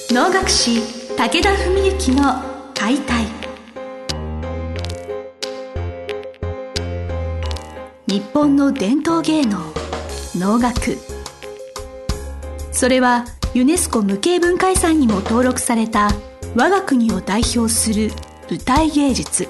能楽師武田文幸の解体。日本の伝統芸能能楽、それはユネスコ無形文化遺産にも登録された我が国を代表する舞台芸術。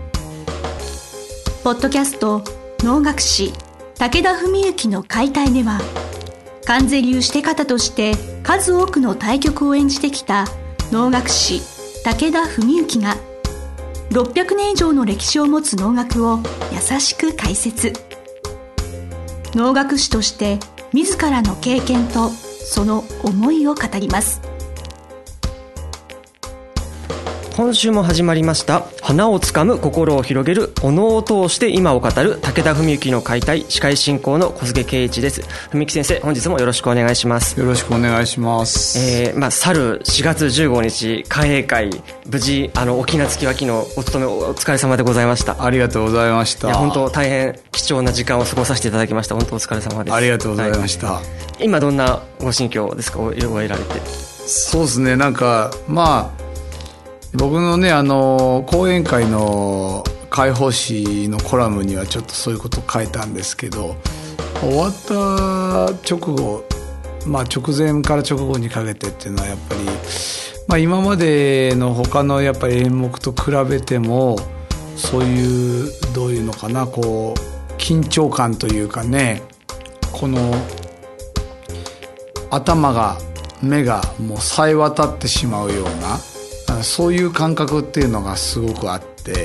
ポッドキャスト能楽師武田文幸の解体では、観世流して方として数多くの大曲を演じてきた能楽師武田文幸が600年以上の歴史を持つ能楽を優しく解説。能楽師として自らの経験とその思いを語ります。 今週も始まりました花をつかむ心を広げるお能を通して今を語る武田文幸の解体、司会進行の小菅圭一です。文幸先生、本日もよろしくお願いします。 よろしくお願いします。 去る4月15日開閉会、無事沖縄月脇のお勤めお疲れ様でございました。 ありがとうございました。 いや本当大変貴重な時間を過ごさせていただきました。本当お疲れ様です。 ありがとうございました、 今どんなご心境ですか、お得られて。 そうですね、なんか僕のね講演会の解放誌のコラムにはちょっとそういうことを書いたんですけど、終わった直後、直前から直後にかけてっていうのはやっぱり、今までの他のやっぱり演目と比べてもそういうどういうのかな、緊張感というかね、この頭が目がもう冴え渡ってしまうようなそういう感覚っていうのがすごくあって、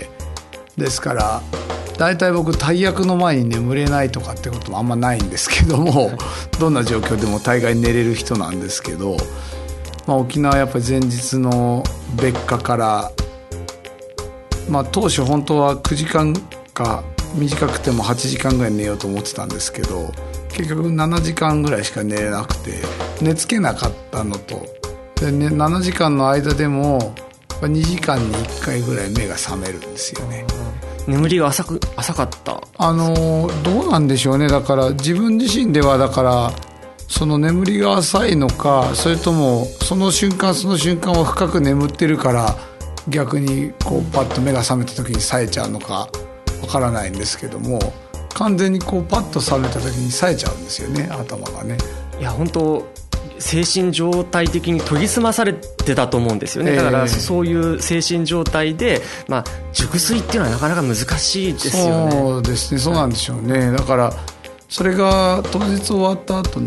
ですから大体僕大役の前に眠れないとかってこともあんまないんですけども、どんな状況でも大概寝れる人なんですけど、沖縄はやっぱり前日の別火から、当初本当は9時間か短くても8時間ぐらい寝ようと思ってたんですけど、結局7時間ぐらいしか寝れなくて寝つけなかったのと、で、ね、7時間の間でも2時間に1回ぐらい目が覚めるんですよね。 眠りが浅かった。 どうなんでしょうね。だから自分自身ではその眠りが浅いのか、それともその瞬間その瞬間は深く眠ってるから逆にパッと目が覚めた時に冴えちゃうのかわからないんですけども、完全にパッと覚めた時に冴えちゃうんですよね、頭がね。 いや本当精神状態的に研ぎ澄まされてたと思うんですよね。だからそういう精神状態で、熟睡っていうのはなかなか難しいですよね。 そうですね、そうなんでしょうね。だからそれが当日終わった後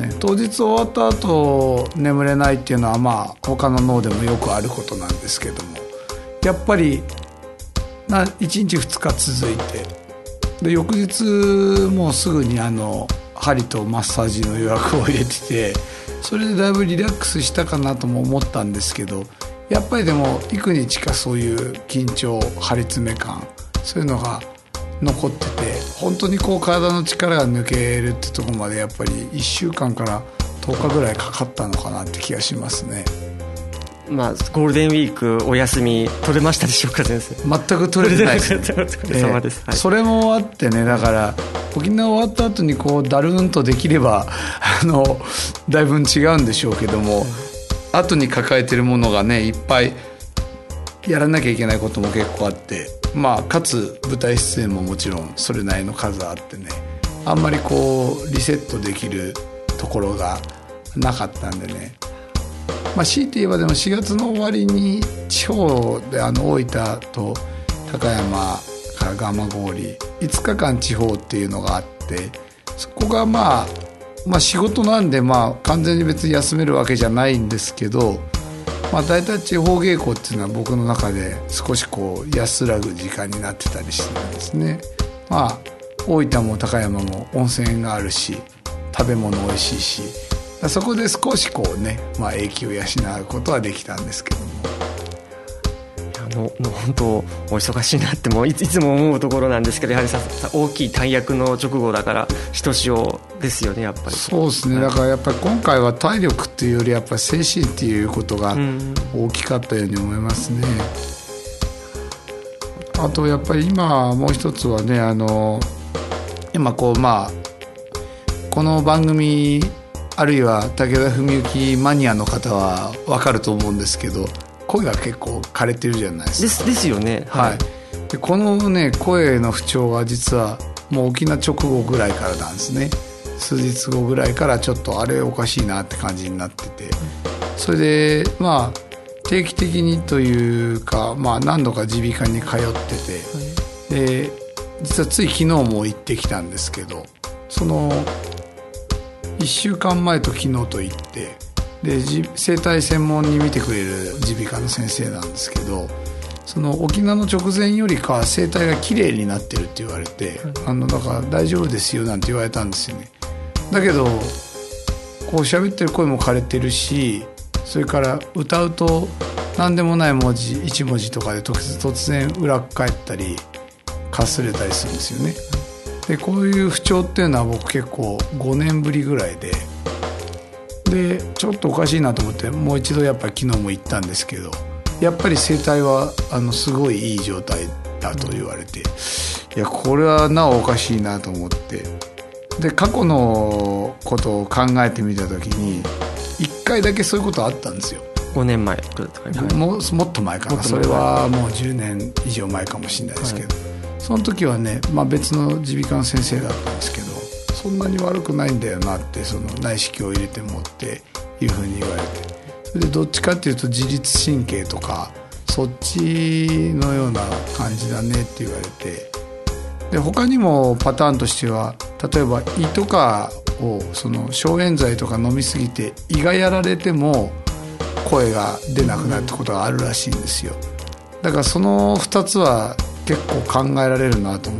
眠れないっていうのは他の脳でもよくあることなんですけども、やっぱり1日2日続いて、で翌日もうすぐに針とマッサージの予約を入れてて、それでだいぶリラックスしたかなとも思ったんですけど、やっぱりでも幾日かそういう緊張、張り詰め感、そういうのが残ってて、本当に体の力が抜けるってところまでやっぱり1週間から10日ぐらいかかったのかなって気がしますね。 ゴールデンウィークお休み取れましたでしょうか先生。 全く取れてないです、 お疲れ様です、 それもあってね、だから沖縄終わった後にだるんとできればだいぶ違うんでしょうけども、後に抱えてるものがねいっぱいやらなきゃいけないことも結構あって、かつ舞台出演ももちろんそれなりの数あってね、あんまりリセットできるところがなかったんでね、強いて言えばでも4月の終わりに地方で大分と高山から蒲郡5日間地方っていうのがあって、そこが仕事なんで完全に別に休めるわけじゃないんですけど、だいたい地方稽古っていうのは僕の中で少し安らぐ時間になってたりしてるんですね。大分も高山も温泉があるし食べ物美味しいし、そこで少し英気を養うことはできたんですけども、 本当お忙しいなっていつも思うところなんですけど、やはり大きい大役の直後だからひとしおですよね、やっぱり。 そうですね、だからやっぱり今回は体力っていうよりやっぱり精神っていうことが大きかったように思いますね。あとやっぱり今もう一つはね、今この番組あるいは武田文幸マニアの方は分かると思うんですけど、声が結構枯れてるじゃないですか。 ですよね。 はい、でこのね声の不調が実はもう沖縄直後ぐらいからなんですね。数日後ぐらいからちょっとあれおかしいなって感じになってて、それでまあ定期的にというか、まあ、何度か耳鼻科に通ってて、で実はつい昨日も行ってきたんですけど、その1週間前と昨日と行って、で声帯専門に見てくれる耳鼻科の先生なんですけど、その沖縄の直前よりかは声帯がきれいになってるって言われて、だから大丈夫ですよなんて言われたんですよね。だけどこう喋ってる声も枯れてるし、それから歌うと何でもない文字1文字とかで突然裏返ったりかすれたりするんですよね。でこういう不調っていうのは僕結構5年ぶりぐらいでちょっとおかしいなと思ってもう一度やっぱり昨日も行ったんですけど、やっぱり声帯はすごいいい状態だと言われて、いやこれはなおおかしいなと思って、で過去のことを考えてみた時に1回だけそういうことあったんですよ。 5年前くらいとか、ね、 もっと前かな。それはもう10年以上前かもしれないですけど、その時はね、別の耳鼻科の先生だったんですけど、そんなに悪くないんだよなって、その内視鏡を入れてもっていうふうに言われて、それでどっちかっていうと自律神経とかそっちのような感じだねって言われて、で他にもパターンとしては、例えば胃とかをその消炎剤とか飲みすぎて胃がやられても声が出なくなるってことがあるらしいんですよ。だからその2つは結構考えられるなと思って、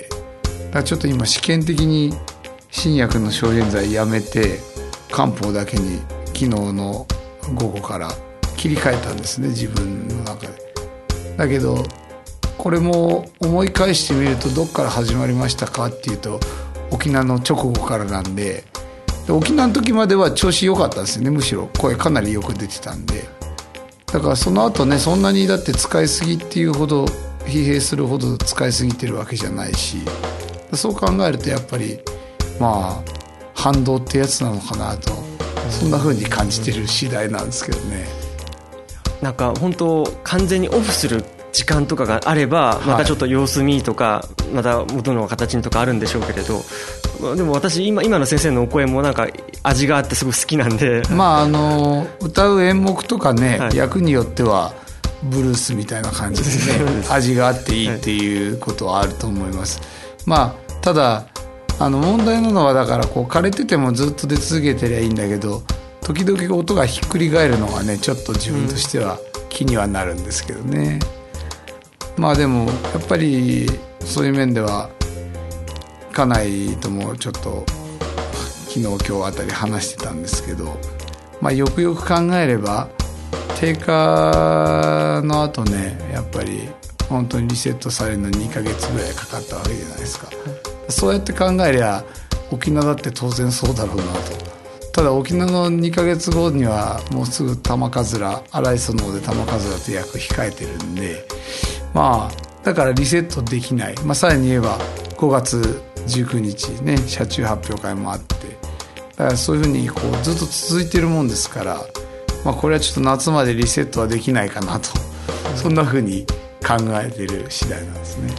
だからちょっと今試験的に新薬の消炎剤やめて漢方だけに昨日の午後から切り替えたんですね、自分の中で。だけどこれも思い返してみると、どっから始まりましたかっていうと沖縄の直後からなんで、沖縄の時までは調子良かったんですよね。むしろ声かなりよく出てたんで、だからその後ね、そんなにだって使いすぎっていうほど疲弊するほど使いすぎてるわけじゃないし、そう考えるとやっぱり反動ってやつなのかなと、そんな風に感じてる次第なんですけどね。 なんか本当完全にオフする時間とかがあればまたちょっと様子見とか、また元の形にとかあるんでしょうけれど、でも私今の先生のお声もなんか味があってすごく好きなんで、 歌う演目とかね、役によってはブルースみたいな感じでね味があっていいっていうことはあると思います。ただ問題なのは、だからこう枯れててもずっと出続けてりゃいいんだけど、時々音がひっくり返るのがね、ちょっと自分としては気にはなるんですけどね。でもやっぱりそういう面では家内ともちょっと昨日今日あたり話してたんですけど、よくよく考えれば低下の後ね、やっぱり本当にリセットされるのに2ヶ月ぐらいかかったわけじゃないですか。そうやって考えりゃ沖縄だって当然そうだろうなと。ただ沖縄の2ヶ月後にはもうすぐ玉かずら、荒磯の方で玉かずらという役控えてるんで、だからリセットできない。さらに言えば5月19日ね、車中発表会もあって、だからそういうふうにこうずっと続いてるもんですから、これはちょっと夏までリセットはできないかなと、そんなふうに考えてる次第なんですね。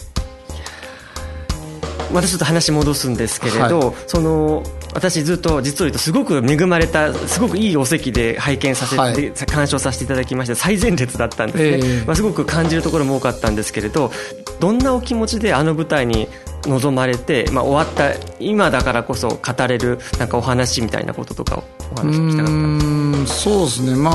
またちょっと話戻すんですけれど、私ずっと実を言うとすごく恵まれた、すごくいいお席で拝見させて、鑑賞させていただきまして、最前列だったんですね。すごく感じるところも多かったんですけれど、どんなお気持ちであの舞台に臨まれて、終わった今だからこそ語れるなんかお話みたいなこととかをお話聞きたかったんです。 そうですね、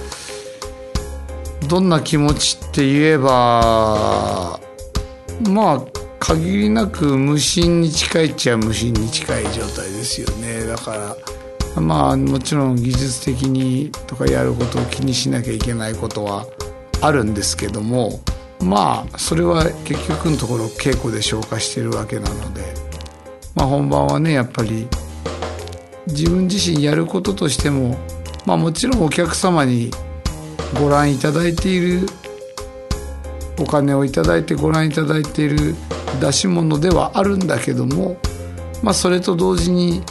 どんな気持ちって言えば限りなく無心に近いっちゃ無心に近い状態ですよね。だからもちろん技術的にとかやることを気にしなきゃいけないことはあるんですけども、それは結局のところ稽古で消化してるわけなので、本番はね、やっぱり自分自身やることとしても、もちろんお客様にご覧いただいている、お金をいただいてご覧いただいている出し物ではあるんだけども、それと同時に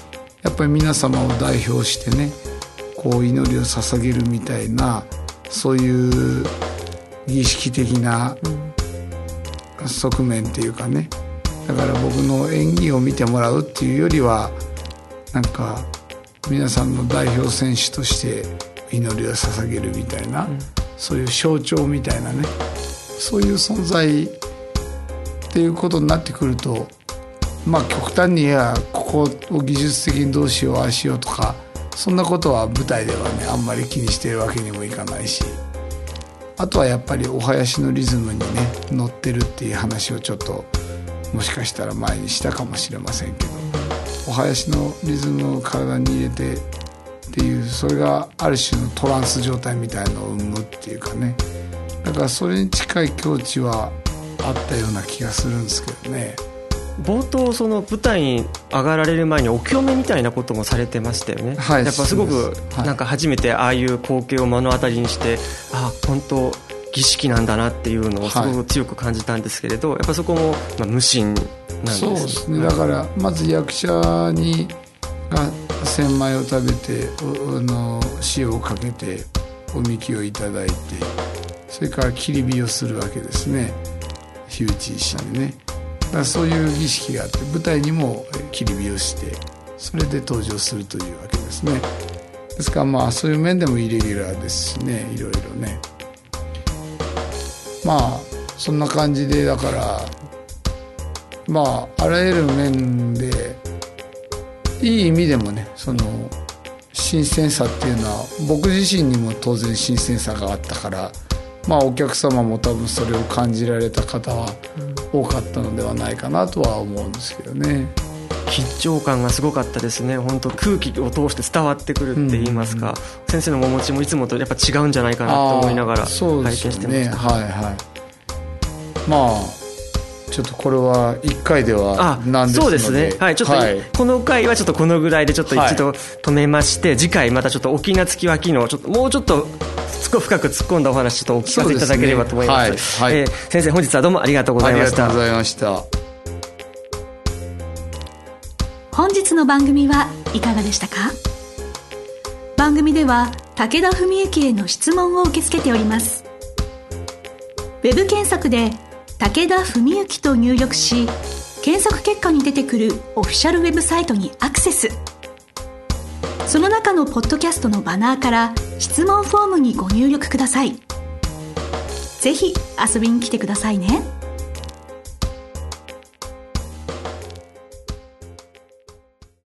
やっぱり皆様を代表してねこう祈りを捧げるみたいなそういう儀式的な側面っていうかね、だから僕の演技を見てもらうっていうよりはなんか皆さんの代表選手として祈りを捧げるみたいな、そういう象徴みたいなね、そういう存在っていうことになってくると、まあ極端に言えばここを技術的にどうしようああしようとかそんなことは舞台ではねあんまり気にしてるわけにもいかないし、あとはやっぱりお囃子のリズムにね乗ってるっていう話をちょっともしかしたら前にしたかもしれませんけど、お囃子のリズムを体に入れてっていう、それがある種のトランス状態みたいのを生むっていうかね、だからそれに近い境地はあったような気がするんですけどね。 冒頭その舞台に上がられる前にお清めみたいなこともされてましたよね、 はい、 やっぱすごくなんか初めてああいう光景を目の当たりにして、あ本当儀式なんだなっていうのをすごく強く感じたんですけれど、やっぱそこもまあ無心なんですね。 そうですね、だからまず役者にが千枚を食べて塩をかけておみきをいただいて、それから切り火をするわけですね、火打ち石にね。だからそういう儀式があって舞台にも切り火をしてそれで登場するというわけですね。ですからまあそういう面でもイレギュラーですしね、いろいろね。まあそんな感じで、だからまああらゆる面でいい意味でもね、その新鮮さっていうのは僕自身にも当然新鮮さがあったから、まあお客様も多分それを感じられた方は多かったのではないかなとは思うんですけどね。 緊張感がすごかったですね。本当空気を通して伝わってくるって言いますか、先生の面持ちもいつもとやっぱ違うんじゃないかなと思いながら拝見してました。 はいはい。まあちょっとこれは1回ではなんですので、 そうですね、はい、ちょっと、この回はちょっとこのぐらいでちょっと一度止めまして、次回またちょっと沖縄月は機能ちょっともうちょっと深く突っ込んだお話ちょっとお聞かせいただければと思います。先生本日はどうもありがとうございました。 ありがとうございました。 本日の番組はいかがでしたか？番組では武田文幸への質問を受け付けております。ウェブ検索で武田文幸と入力し、検索結果に出てくるオフィシャルウェブサイトにアクセス。その中のポッドキャストのバナーから質問フォームにご入力ください。ぜひ遊びに来てくださいね。